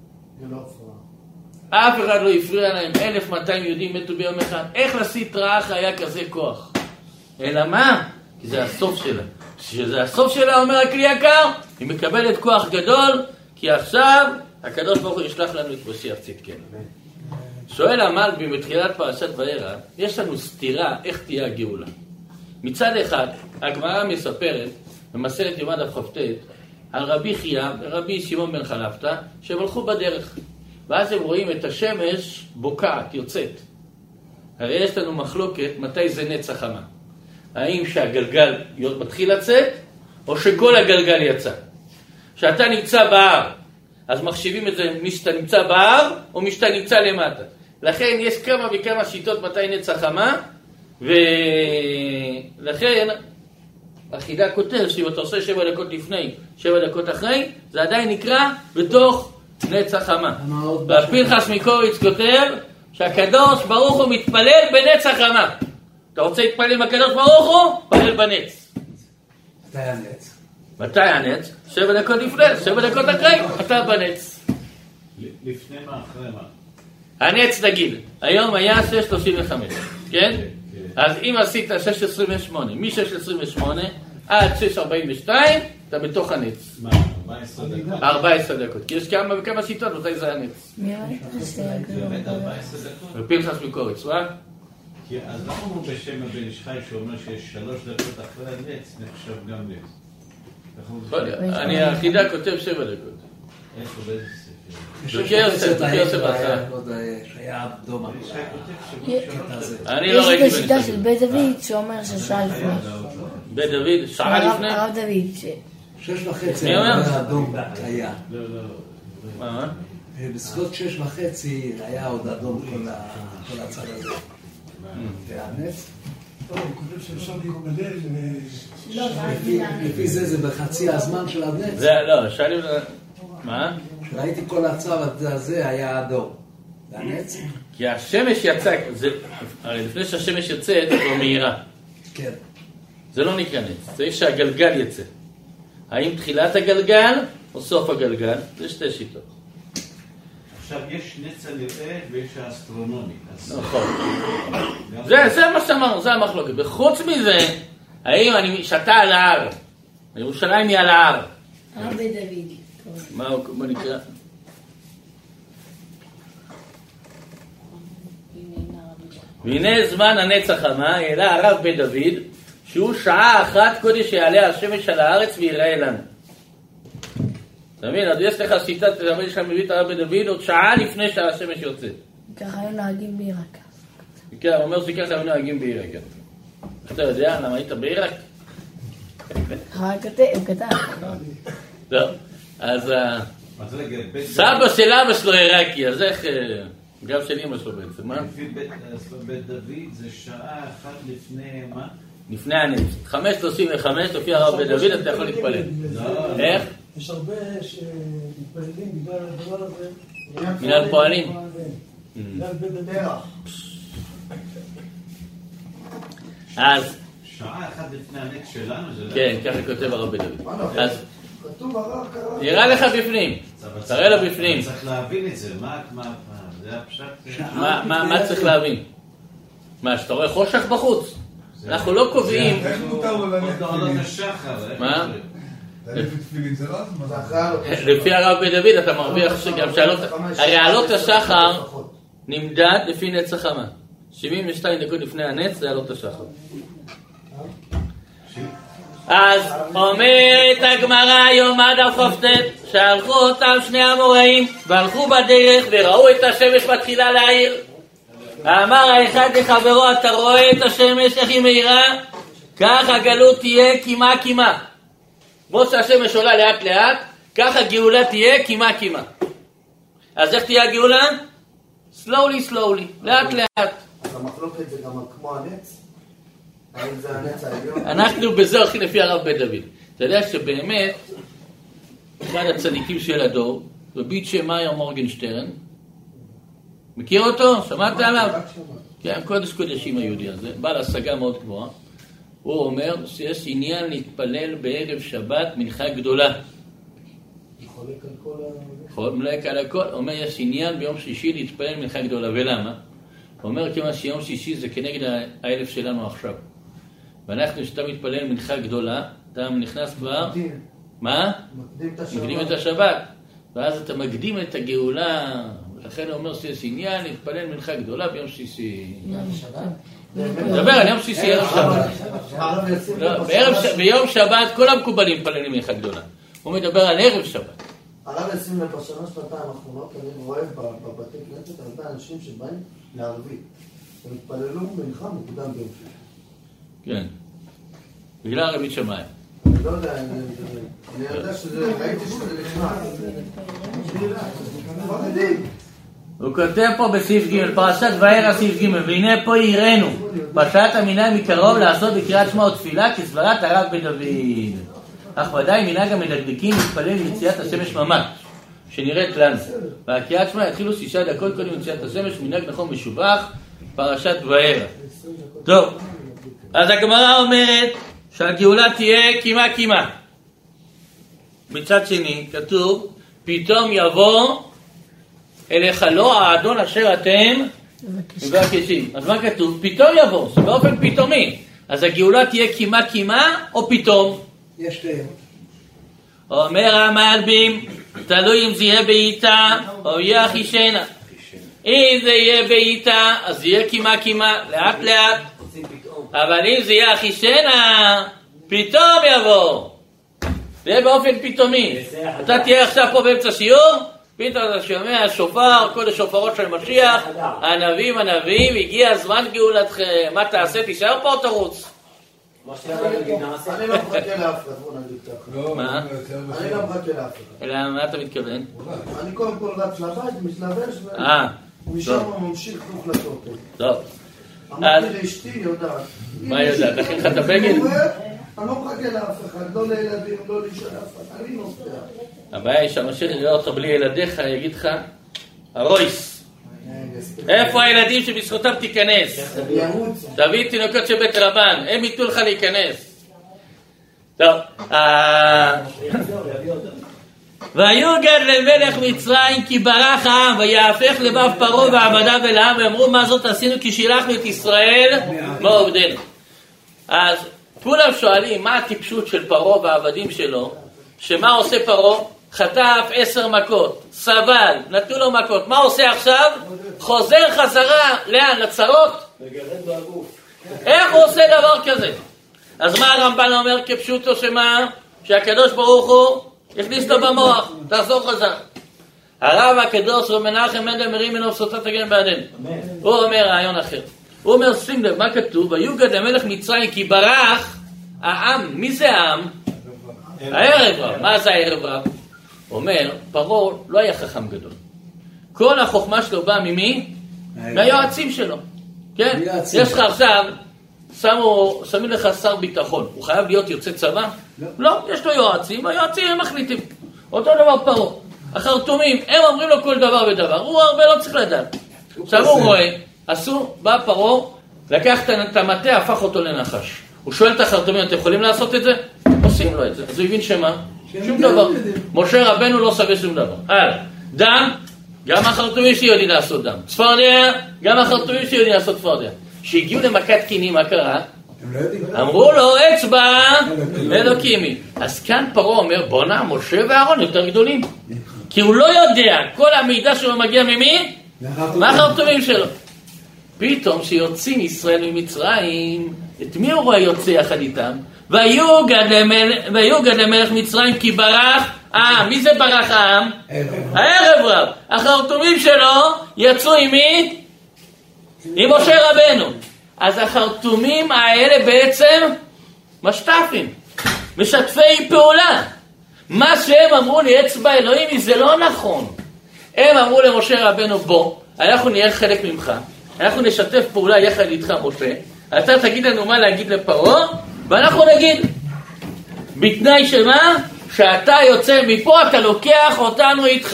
אף אחד לא הפריע להם, אלף מאתיים יהודים מתו ביום אחד. איך לסטרא אחרא היה כזה כוח? אלא מה? כי זה הסוף שלה. כשזה הסוף שלה, אומר הכלי יקר, היא מקבלת כוח גדול, כי עכשיו הקדוש ברוך הוא ישלח לנו את משיח צדקנו. שואל המלבי בתחילת פרשת וירא, יש לנו סתירה איך תהיה הגאולה. מצד אחד, הגמרא מספרת, במסכת יומא דף כ"ט, על רבי חייא ורבי שמעון בן חלפתא, שהם הלכו בדרך. ואז הם רואים את השמש בוקעת, יוצאת. הרי יש לנו מחלוקת מתי זה נץ החמה. האם שהגלגל מתחיל לצאת, או שכל הגלגל יצא. כשאתה נמצא בהר, אז מחשיבים את זה מי שאתה נמצא בהר, או מי שאתה נמצא למטה. לכן יש כמה וכמה שיטות מתי נץ החמה, ולכן החידה כותב שאם אתה עושה שבע דקות לפני, שבע דקות אחרי, זה עדיין נקרא בתוך נץ החמה. והפנחס מקוריץ כותב שהקדוש ברוך הוא מתפלל בנץ החמה. אתה רוצה להתפלל עם הקדוש ברוך הוא? פלל בנץ. מתי הנץ? מתי הנץ? שבע דקות לפני, שבע דקות אחרי, אתה בנץ. לפני מה, אחרי מה? הנץ נגיד, היום היה שש שלושים וחמש, כן? אז אם עשית שש עשרים ושמונה, מ-שש עשרים ושמונה עד שש ארבעים ושתיים, אתה בתוך הנץ. מה, ארבע עשרה דקות? ארבע עשרה דקות, כי יש כמה וכמה שיטות, מתי זה הנץ. מי ראית זה באמת ארבע עשרה דקות? ופנחס מקוריץ, מה? כי אז למה הוא בשם הבן איש חי שאומר שיש שלוש דקות אחרי הנץ, נחשב גם נץ? אני החידה כותב שבע דקות. איפה באיזה ספר? דוקי יוסף, דוקי יוסף עשה. שהיה דומה. אני לא ראיתי יש בשיטה בנס. של בית דוד שאומר ששעה לפני. בית דוד, שעה לפני? הרב דוד. ש- שש וחצי מי אומר? היה אדום היה. לא, לא. מה? בסביבות שש וחצי היה עוד אדום כל ה- כל הצד הזה. והנץ, טוב, הוא כותב שאפשר להתפלל לא, זה לפי- לפי זה זה בחצי הזמן של הנץ. זה, לא, שאלים... מה? ראיתי כל הצד הזה היה אדום. והנץ? כי השמש יצא, זה, הרי לפני שהשמש יוצאת, זו מהירה. כן. זה לא נקרא נץ, צריך שהגלגל יצא. האם תחילת הגלגל או סוף הגלגל? זה שתי שיטות. עכשיו יש נץ הנראה ויש האסטרונומי. אז- נכון. גם- זה, זה מה שאמרנו, זה המחלוקת. וחוץ מזה, האם אני שתה על ההר? ירושלים היא על ההר. הרב בית דוד. מה הוא מה נקרא? והנה זמן הנץ החמה, העלה הרב בית דוד, שהוא שעה אחת קודם שיעלה השמש על הארץ ויראה לנו. אתה מבין? אז יש לך שיטת, יש לך מביא את הרב בית דוד עוד שעה לפני שהשמש יוצאת. ככה היו נוהגים בעיראק. כן, הוא אומר שככה הם נוהגים בעיראק. אתה יודע למה היית בעיראק? הוא כתב. לא. אז ה- אז רגע, בית סבא של אבא שלו עיראקי, אז איך... אה, גם של אמא שלו בעצם, מה? לפי בית- אז בית דוד זה שעה אחת לפני מה? לפני הנץ. חמש שלושים וחמש, לפי הרב בית דוד, אתה יכול להתפלל. לא. איך? יש הרבה שמתפללים בגלל הדבר הזה. בגלל פועלים. בגלל בית הדרך. אז, שעה אחת לפני הנץ שלנו זה... כן, ככה כותב הרב בית דוד. אז, כתוב הרב קרא. נראה לך בפנים. תראה לו בפנים. צריך להבין את זה, מה, מה, מה, זה הפשט... מה- מה מה צריך להבין? מה, שאתה רואה חושך בחוץ? אנחנו לא קובעים... איך מותר לו עוד ללכת לא עלות תפילין? השחר, איך מה? זה? ללכת תפילין זה לא הזמן. לפי הרב בית דוד אתה מרוויח שגם שעלות... הרי עלות השחר נמדד לפי נץ החמה. שבעים ושתיים דקות לפני הנץ זה עלות השחר. אז אומרת הגמרא יומא דף כ"ט שהלכו אותם שני המוראים והלכו בדרך וראו את השמש מתחילה להאיר. אמר האחד לחברו, אתה רואה את השמש איך היא מאירה? כך הגלות תהיה קימה קימה. כמו שהשמש עולה לאט לאט, כך הגאולה תהיה קימה קימה. אז איך תהיה הגאולה? slowly slowly, לאט לאט. אז המחלוקת זה גם כמו הנץ? האם זה הנץ העליון? אנחנו בזה הולכים לפי הרב בית דוד. אתה יודע שבאמת, אחד הצדיקים של הדור, רבי מאיר מורגנשטרן, מכיר אותו? שמעת עליו? כן, קודש קודשים היהודי הזה, בעל השגה מאוד גבוהה. הוא אומר שיש עניין להתפלל בערב שבת מנחה גדולה. חולק על כל ה... חולק על הכל, אומר יש עניין ביום שישי להתפלל מנחה גדולה. ולמה? הוא אומר כיוון שיום שישי זה כנגד האלף שלנו עכשיו. ואנחנו כשאתה מתפלל מנחה גדולה, אתה נכנס כבר... מקדים. מה? מקדים את השבת. מקדים את השבת. ואז אתה מקדים את הגאולה. ולכן הוא אומר שיש עניין להתפלל מנחה גדולה ביום שישי. מדבר על יום שישי ערב שבת. הרב ישים לא, בערב ש- ביום שבת כל המקובלים מתפללים מנחה גדולה. הוא מדבר על ערב שבת. הרב ישים לב בשנה שנתיים האחרונות, אני רואה בבתי כנסת הרבה אנשים שבאים לערבית. הם התפללו מנחה מוקדם ביום שישי. כן. בגלל הרבית שמיים. אני לא יודע, אני אני יודע שזה, ראיתי שזה נכנס. מה מדהים? הוא כותב פה בסעיף ג' פרשת וערה סעיף ג' והנה פה יראנו פרשת המנהג מקרוב לעשות בקריאת שמע ותפילה כסברת הרב בן דוד. אך ודאי מנהג המדקדקים להתפלל ליציאת השמש ממש שנראית לנו. והקריאת שמע יתחילו שישה דקות קודם ליציאת השמש, מנהג נכון משובח, פרשת וערה. טוב, אז הגמרא אומרת שהגאולה תהיה קימה קימה. מצד שני כתוב פתאום יבוא אליך לא האדון אשר אתם מבקשים. אז מה כתוב? פתאום יבוא, זה באופן פתאומי. אז הגאולה תהיה קימה קימה או פתאום? יש שתיים. אומר המלבים, תלוי אם זה יהיה בעיטה או יהיה אחישנה. אם זה יהיה בעיטה אז יהיה קימה קימה לאט לאט, אבל אם זה יהיה אחישנה פתאום יבוא, זה יהיה באופן פתאומי. אתה תהיה עכשיו פה באמצע שיעור, פתאום אתה שומע שופר, כל השופרות של משיח, הנביאים הנביאים, הגיע הזמן גאולתכם, מה תעשה? תישאר פה או תרוץ? אני לא מחכה לאף אחד, בוא נגיד ככה. מה? אני לא מחכה לאף אחד. אלא מה אתה מתכוון? אני קודם כל רץ לבית, מתלבש, אה, ומשם ממשיך תוך לכותל. טוב. אמרתי לאשתי, יודעת. מה יודעת? להכין לך את הבגד? אני לא מחכה לאף אחד, לא לילדים, לא לאישה לאף אחד, אני נוסע. הבעיה היא שהמשיח יראה אותך בלי ילדיך, יגיד לך, הרויס, איפה הילדים שבזכותם תיכנס? תביא תינוקות של בית רבן, הם ייתנו לך להיכנס. טוב, ויוגד למלך מצרים כי ברח העם ויהפך לבב פרעה ועבדיו אל העם ואמרו מה זאת עשינו כי שילחנו את ישראל מעובדנו. אז כולם שואלים מה הטיפשות של פרעה והעבדים שלו, שמה עושה פרעה? חטף עשר מכות, סבל, נתנו לו מכות, מה עושה עכשיו? חוזר חזרה, לאן? לצרות? איך הוא עושה דבר כזה? אז מה הרמב"ן אומר כפשוטו שמה? שהקדוש ברוך הוא הכניס לו במוח, תחזור חזר. הרב הקדוש רבי מנחם מנדל מרים מנו פסוטות הגן בעדנו. הוא אומר רעיון אחר. הוא אומר, שים לב, מה כתוב? ויוגד למלך מצרים כי ברח העם. מי זה העם? הערב רב. מה זה הערב רב? אומר, פרעה לא היה חכם גדול. כל החוכמה שלו באה ממי? מהיועצים שלו. כן? יש לך עכשיו, שמו, שמים לך שר ביטחון. הוא חייב להיות יוצא צבא? לא, יש לו יועצים, היועצים הם מחליטים. אותו דבר פרעה. החרטומים, הם אומרים לו כל דבר ודבר. הוא הרבה לא צריך לדעת. עכשיו הוא רואה, עשו, בא פרעה, לקח את המטה, הפך אותו לנחש. הוא שואל את החרטומים, אתם יכולים לעשות את זה? עושים לו את זה. אז הוא הבין שמה? שום דבר. משה רבנו לא שווה שום דבר. הלאה. דם, גם החרטומים שיודעים לעשות דם. צפרדע, גם החרטומים שיודעים לעשות צפרדע. שהגיעו למכת קינים, מה קרה? אמרו לו, אצבע אלוקימי. אז כאן פרעה אומר, בונה, משה ואהרון יותר גדולים. כי הוא לא יודע, כל המידע שלו מגיע ממי? מהחרטומים שלו. פתאום שיוצאים ישראל ממצרים, את מי הוא רואה יוצא יחד איתם? ויוגד למלך, ויוגד למלך מצרים כי ברח העם. מי זה ברח העם? הערב רב. החרטומים שלו יצאו עם מי? עם משה רבנו. אז החרטומים האלה בעצם משתפים, משתפי פעולה. מה שהם אמרו לי אצבע אלוהים זה לא נכון. הם אמרו למשה רבנו בוא, אנחנו נהיה חלק ממך, אנחנו נשתף פעולה יחד איתך משה, אתה תגיד לנו מה להגיד לפרעה ואנחנו נגיד בתנאי שמה? שאתה יוצא מפה אתה לוקח אותנו איתך.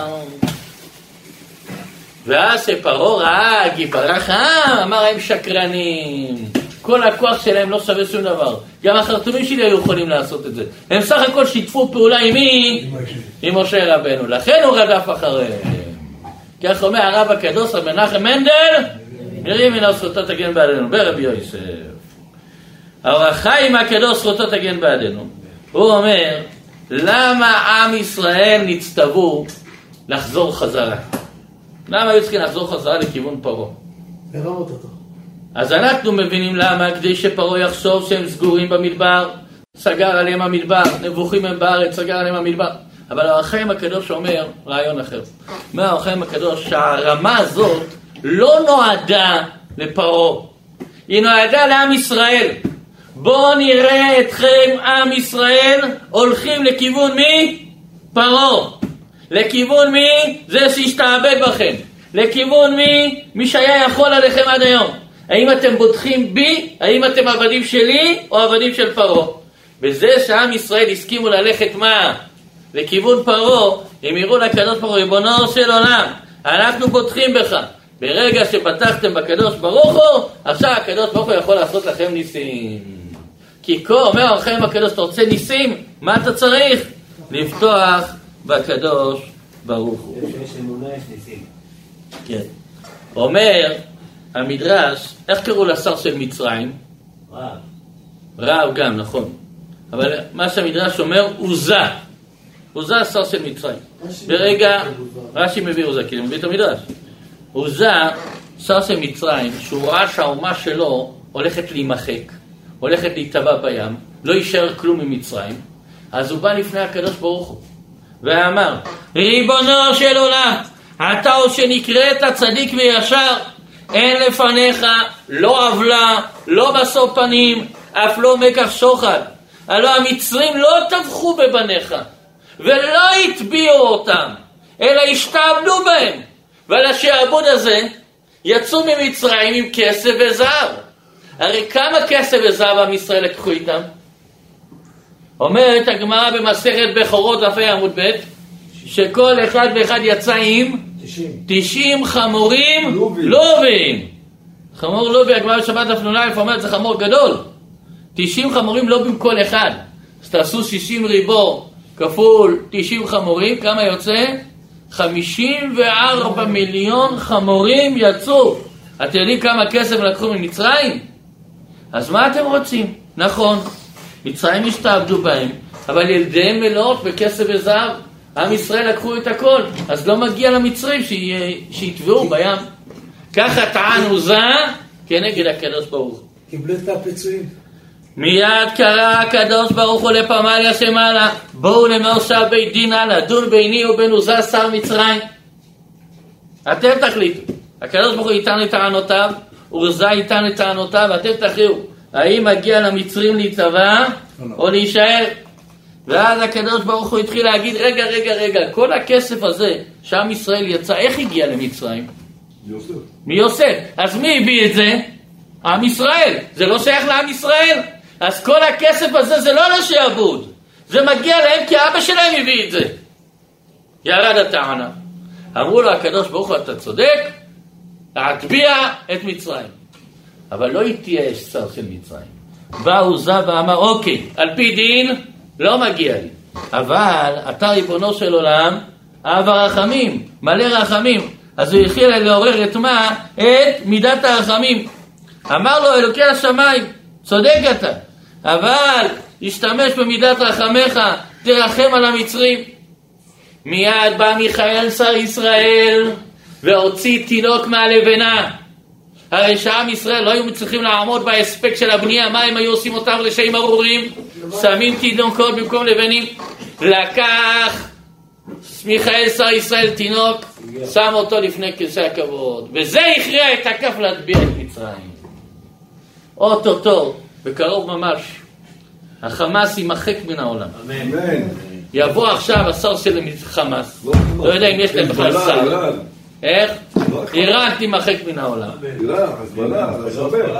ואז שפרעה ראה גיברח העם, אמר הם שקרנים, כל הכוח שלהם לא שווה שום דבר, גם החרטומים שלי היו יכולים לעשות את זה, הם סך הכל שיתפו פעולה עם מי? עם משה רבנו, לכן הוא רדף אחריהם. כך אומר הרב הקדוש רבי מנחם מנדל מרים מן זכותו תגן בעדנו ברבי יוסף. האור החיים הקדוש זכותו תגן בעדנו, הוא אומר למה עם ישראל נצטוו לחזור חזרה? למה היו צריכים לחזור חזרה לכיוון פרעה? לרמות אותו. אז אנחנו מבינים למה, כדי שפרעה יחשוב שהם סגורים במדבר, סגר עליהם המדבר, נבוכים הם בארץ, סגר עליהם המדבר. אבל האור החיים הקדוש אומר רעיון אחר. אומר האור החיים הקדוש שהרמה הזאת לא נועדה לפרעה, היא נועדה לעם ישראל. בואו נראה אתכם עם ישראל הולכים לכיוון מי? פרעה. לכיוון מי? זה שהשתעבד בכם. לכיוון מי? מי שהיה יכול עליכם עד היום. האם אתם בוטחים בי? האם אתם עבדים שלי או עבדים של פרעה? בזה שעם ישראל הסכימו ללכת מה? לכיוון פרעה, הם יראו לקדוש ברוך הוא, ריבונו של עולם, אנחנו בוטחים בך. ברגע שפתחתם בקדוש ברוך הוא, עכשיו הקדוש ברוך הוא יכול לעשות לכם ניסים. כי כה אומר לכם הקדוש, אתה רוצה ניסים? מה אתה צריך? לפתוח בקדוש ברוך הוא. יש אמונה, יש ניסים. כן. אומר המדרש, איך קראו לשר של מצרים? רב. רב גם, נכון. אבל מה שהמדרש אומר, עוזה. עוזה השר של מצרים. ברגע, רש"י מביא עוזה, כי הוא מביא את המדרש. עוזה, שר של מצרים, שהוא ראה שהאומה שלו הולכת להימחק, הולכת להתטבע בים, לא יישאר כלום ממצרים, אז הוא בא לפני הקדוש ברוך הוא, ואמר, ריבונו של עולם, אתה עוד שנקראת צדיק וישר, אין לפניך לא עוולה, לא משוא פנים, אף לא מקח שוחד. הלא המצרים לא טבחו בבניך, ולא הטביעו אותם, אלא השתעבדו בהם. ועל השעבוד הזה יצאו ממצרים עם כסף וזהב. הרי כמה כסף וזהב עם ישראל לקחו איתם? אומרת הגמרא במסכת בכורות דף עמוד ב' שכל אחד ואחד יצא עם תשעים חמורים לובים. חמור לובי, הגמרא בשבת דף נ"א אומרת זה חמור גדול. תשעים חמורים לובים כל אחד. אז תעשו שישים ריבו כפול תשעים חמורים, כמה יוצא? חמישים וארבע מיליון חמורים יצאו. אתם יודעים כמה כסף לקחו ממצרים? אז מה אתם רוצים? נכון, מצרים השתעבדו בהם, אבל ילדיהם מלאות בכסף וזהב. עם ישראל לקחו את הכל, אז לא מגיע למצרים שיתבעו בים. ככה טען עוזה כנגד הקדוש ברוך הוא. קיבלו את הפיצויים. מיד קרא הקדוש ברוך הוא לפמליה שמעלה, בואו למושב בית דין הלאה, דון ביני ובין עוזה שר מצרים. אתם תחליטו, הקדוש ברוך הוא ייתן את טענותיו, עוזה ייתן את טענותיו, ואתם תכריעו האם מגיע למצרים להתבע או להישאר. ואז הקדוש ברוך הוא התחיל להגיד, רגע רגע רגע, כל הכסף הזה שעם ישראל יצא, איך הגיע למצרים? יוסף. מיוסף. אז מי הביא את זה? עם ישראל. זה לא שייך לעם ישראל. אז כל הכסף הזה זה לא לשעבוד, זה מגיע להם כי אבא שלהם הביא את זה. ירד הטענה. אמרו לו הקדוש ברוך הוא, אתה צודק, להטביע את מצרים. אבל לא התייאש שר של מצרים. בא עוזה ואמר, אוקיי, על פי דין לא מגיע לי, אבל אתה ריבונו של עולם אב הרחמים, מלא רחמים. אז הוא התחיל לעורר את מה? את מידת הרחמים. אמר לו אלוקי השמיים, צודק אתה, אבל השתמש במידת רחמך, תרחם על המצרים. מיד בא מיכאל שר ישראל והוציא תינוק מהלבנה. הרי שעם ישראל לא היו מצליחים לעמוד בהספק של הבנייה, מה הם היו עושים אותם רשעים ארורים? שמים תינוקות במקום לבנים. לקח מיכאל שר ישראל תינוק, שם אותו לפני כיסא הכבוד, וזה הכריע את הכף להטביע את מצרים. אוטוטו, בקרוב ממש, החמאס יימחק מן העולם. אמן. יבוא עכשיו השר של חמאס, לא יודע אם יש להם בכלל שר. איך? איראן תימחק מן העולם. איראן, חזבאללה, חזבאללה.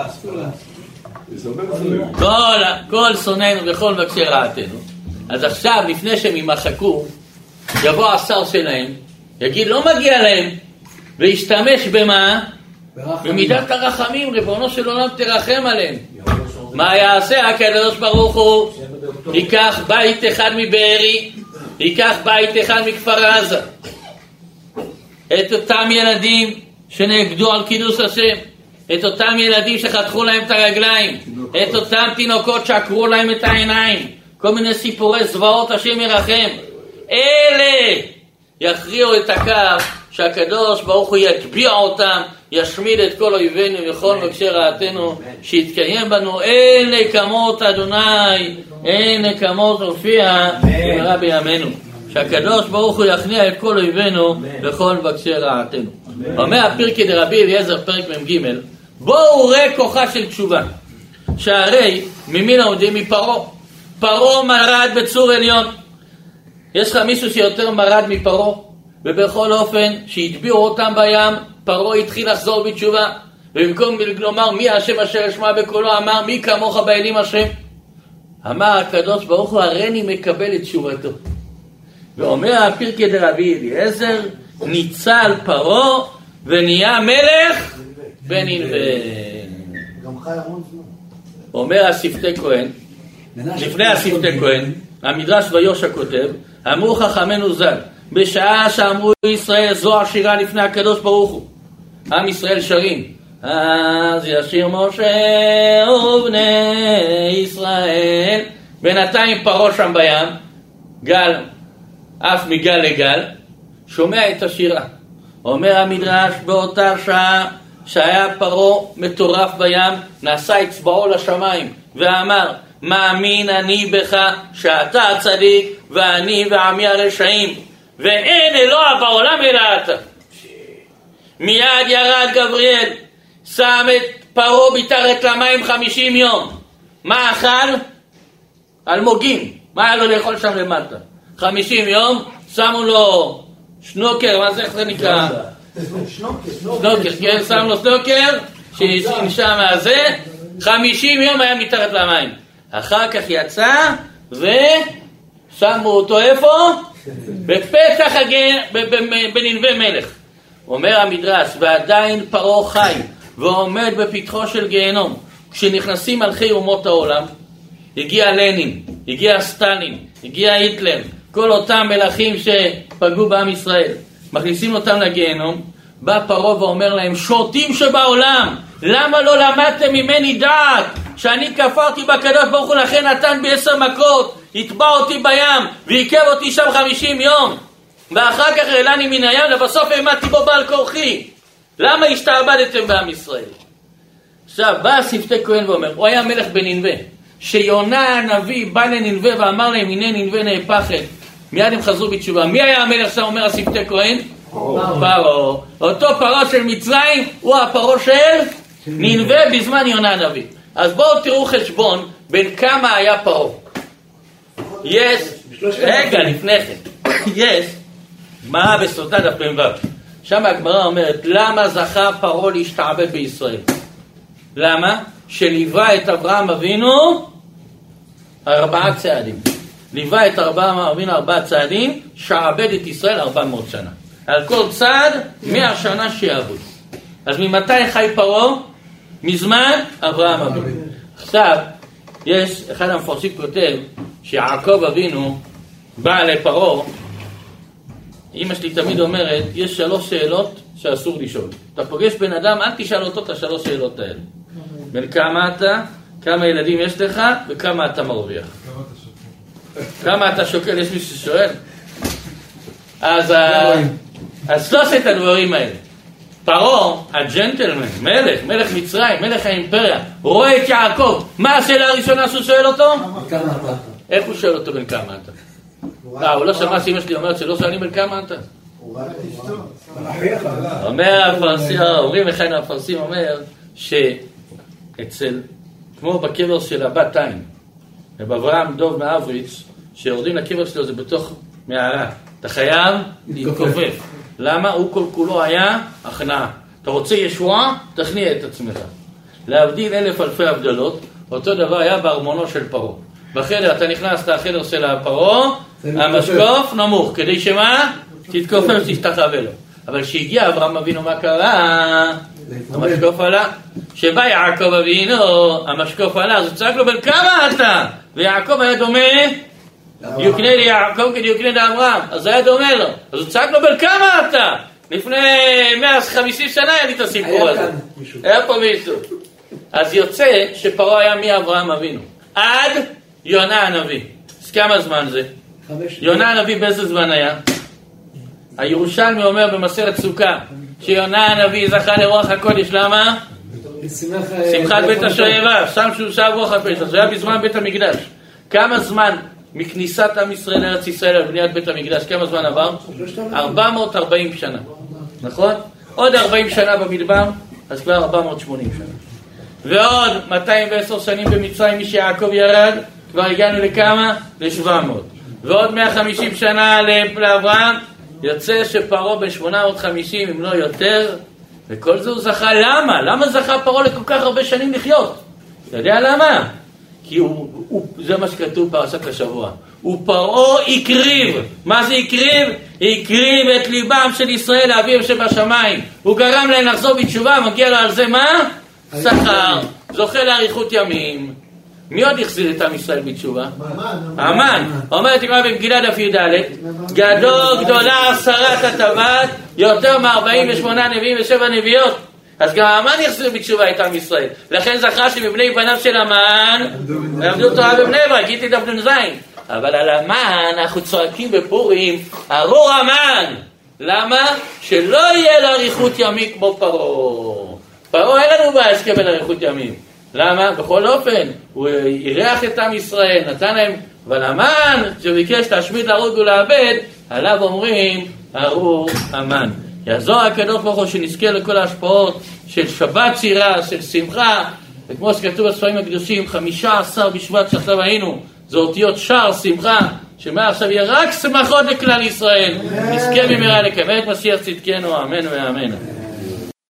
כל, כל שונאינו וכל מבקשי רעתנו. אז עכשיו, לפני שהם יימחקו, יבוא השר שלהם, יגיד לא מגיע להם, וישתמש במה? במידת הרחמים, ריבונו של עולם תרחם עליהם. מה יעשה הקדוש ברוך הוא? ייקח בית אחד מבארי, ייקח בית אחד מכפר עזה, את אותם ילדים שנגדו על קידוש השם, את אותם ילדים שחתכו להם את הרגליים, את אותם תינוקות שעקרו להם את העיניים, כל מיני סיפורי זוועות, השם ירחם. אלה יכריעו את הקו שהקדוש ברוך הוא יטביע אותם, ישמיד את כל אויבינו וכל מבקשי רעתנו, שיתקיים בנו אין נקמות אדוני, אין נקמות הופיע במהרה בימינו. שהקדוש ברוך הוא יכניע את כל אויבינו וכל מבקשי רעתנו. אומר הפרקי דרבי אליעזר פרק מ"ג, בואו ראה כוחה של תשובה. שהרי ממין העומדים מפרו, פרו מרד בצור עליון. יש לך מישהו שיותר מרד מפרו? ובכל אופן שהטביעו אותם בים, פרו התחיל לחזור בתשובה, ובמקום לומר מי השם אשר אשמע בקולו, אמר מי כמוך באלים השם. אמר הקדוש ברוך הוא הריני מקבל את תשובתו. ואומר הפרקי דרבי אליעזר, ניצל פרו ונהיה מלך בנינווה. גם חי המון זמן. אומר השפתי כהן, לפני השפתי כהן, המדרש ויושע כותב, אמרו חכמינו ז"ל, בשעה שאמרו ישראל זו השירה לפני הקדוש ברוך הוא, עם ישראל שרים, אז ישיר משה ובני ישראל. בינתיים פרעה שם בים, גל, אף מגל לגל, שומע את השירה. אומר המדרש באותה שעה שהיה פרעה מטורף בים, נשא אצבעו לשמיים ואמר, מאמין אני בך שאתה הצדיק ואני ועמי הרשעים, ואין אלוה בעולם אלא אתה. מיד ירד גבריאל, שם את פרעה מתחת למים חמישים יום. מה אכל? אלמוגים. מה היה לו לאכול שם למטה? חמישים יום, שמו לו שנוקר, מה זה, איך זה נקרא? שנוקר, כן, שם לו שנוקר, שנשם מהזה, חמישים יום היה מתחת למים. אחר כך יצא, ושמו אותו איפה? בפתח הגן, בנינווה מלך. אומר המדרש, ועדיין פרעה חי, ועומד בפתחו של גיהנום. כשנכנסים מלכי אומות העולם, הגיע לנין, הגיע סטלין, הגיע היטלר, כל אותם מלכים שפגעו בעם ישראל, מכניסים אותם לגיהנום. בא פרעה ואומר להם, שוטים שבעולם, למה לא למדתם ממני דעת שאני כפרתי בקדוש ברוך הוא, לכן נתן בי עשר מכות, התבע אותי בים ועיכב אותי שם חמישים יום, ואחר כך העלני מן הים, לבסוף העמדתי בו בעל כורחי. למה השתעבדתם בעם ישראל? עכשיו בא השפתי כהן ואומר, הוא היה מלך בנינווה, שיונה הנביא בא לנינווה ואמר להם הנה נינווה נהפכת, מיד הם חזרו בתשובה. מי היה המלך שם? אומר השפתי כהן, פרעה. אותו פרעה של מצרים הוא הפרעה של נינווה בזמן יונה הנביא. אז בואו תראו חשבון בין כמה היה פרעה. יש, רגע לפני כן, יש גמרא בסוטה דף מ"ו, שם הגמרא אומרת למה זכה פרעה להשתעבד בישראל. למה? שליווה את אברהם אבינו ארבעה צעדים. ליווה את אברהם אבינו ארבעה צעדים, שעבד את ישראל ארבע מאות שנה. על כל צעד מאה שנה שיעבוד. אז ממתי חי פרעה? מזמן אברהם אבינו. עכשיו יש אחד המפרשים כותב שיעקב אבינו בא לפרעה. אמא שלי תמיד אומרת, יש שלוש שאלות שאסור לשאול. אתה פוגש בן אדם, אל תשאל אותו את השלוש שאלות האלה. בין כמה אתה, כמה ילדים יש לך, וכמה אתה מרוויח. כמה אתה שוקל, יש מישהו ששואל? אז אז שלושת הדברים האלה. פרעה, הג'נטלמן, מלך, מלך מצרים, מלך האימפריה, רואה את יעקב. מה השאלה הראשונה שהוא שואל אותו? כמה אתה? איך הוא שואל אותו בין כמה אתה? אה, הוא לא שמע שאמא שלי אומרת שלא שואלים בין כמה אתה? אומר הפרסים, אומרים אחד הפרסים אומר שאצל, כמו בקבר של הבת עין, ובאברהם דוב מאבריץ, שיורדים לקבר שלו זה בתוך מערה. אתה חייב להתכופף. למה? הוא כל כולו היה הכנעה. אתה רוצה ישועה? תכניע את עצמך. להבדיל אלף אלפי הבדלות, אותו דבר היה בארמונו של פרעה. בחדר, אתה נכנס לחדר של הפרעה, המשקוף נמוך, כדי שמה? תתכופף, תשתחווה לו. אבל כשהגיע אברהם אבינו, מה קרה? המשקוף עלה. שבא יעקב אבינו, המשקוף עלה, אז הוא צעק לו בין כמה אתה? ויעקב היה דומה, דיוקנה ליעקב כדיוקנה לאברהם, אז היה דומה לו. אז הוא צעק לו בין כמה אתה? לפני מאה וחמישים שנה היה לי את הסיפור הזה. היה פה מישהו. אז יוצא שפרעה היה מאברהם אבינו עד יונה הנביא. אז כמה זמן זה? יונה הנביא באיזה זמן היה? הירושלמי אומר במסכת סוכה, שיונה הנביא זכה לרוח הקודש, למה? שמחת בית השואבה, שם שהוא שב רוח הפסח, זה היה בזמן בית המקדש. כמה זמן מכניסת עם ישראל לארץ ישראל לבניית בית המקדש, כמה זמן עבר? ארבע מאות וארבעים שנה, נכון? עוד ארבעים שנה במדבר, אז כבר ארבע מאות ושמונים שנה. ועוד מאתיים ועשר שנים במצרים, משיעקב ירד, כבר הגענו לכמה? ל-שבע מאות. ועוד מאה וחמישים שנה לאברהם, יוצא שפרעה ב-שמונה מאות וחמישים, אם לא יותר, וכל זה הוא זכה. למה? למה זכה פרעה לכל כך הרבה שנים לחיות? אתה יודע למה? כי הוא, הוא, זה מה שכתוב פרשת השבוע. הוא פרעה הקריב. מה זה הקריב? הקריב את ליבם של ישראל לאביו שבשמיים. הוא גרם להם לחזור בתשובה, מגיע לו על זה מה? שכר. זוכה לאריכות ימים. מי עוד החזיר את עם ישראל בתשובה? המן. אומרת אמרה במגילה דף י"ד, גדול גדולה עשרת הטבת, יותר מ-ארבעים ושמונה נביאים ושבע נביאות. אז גם המן יחזיר בתשובה את עם ישראל. לכן זכה שמבני בניו של המן למדו תורה בבני ברק, גיטי דף נ"ז. אבל על המן אנחנו צועקים בפורים, ארור המן. למה? שלא יהיה לו אריכות ימים כמו פרעה. פרעה אין לנו בעיה שקיבל אריכות ימים. למה? בכל אופן, הוא אירח את עם ישראל, נתן להם, אבל המן, שביקש להשמיד, להרוג ולאבד, עליו אומרים, ארור המן. יעזור הקדוש ברוך הוא שנזכה לכל ההשפעות של שבת צירה, של שמחה, וכמו שכתוב בספרים הקדושים, חמישה עשר בשבט שעכשיו היינו, זה אותיות שער שמחה, שמעכשיו יהיה רק שמחות לכלל ישראל. נזכה במהרה לקבל את משיח צדקנו, אמן ואמן.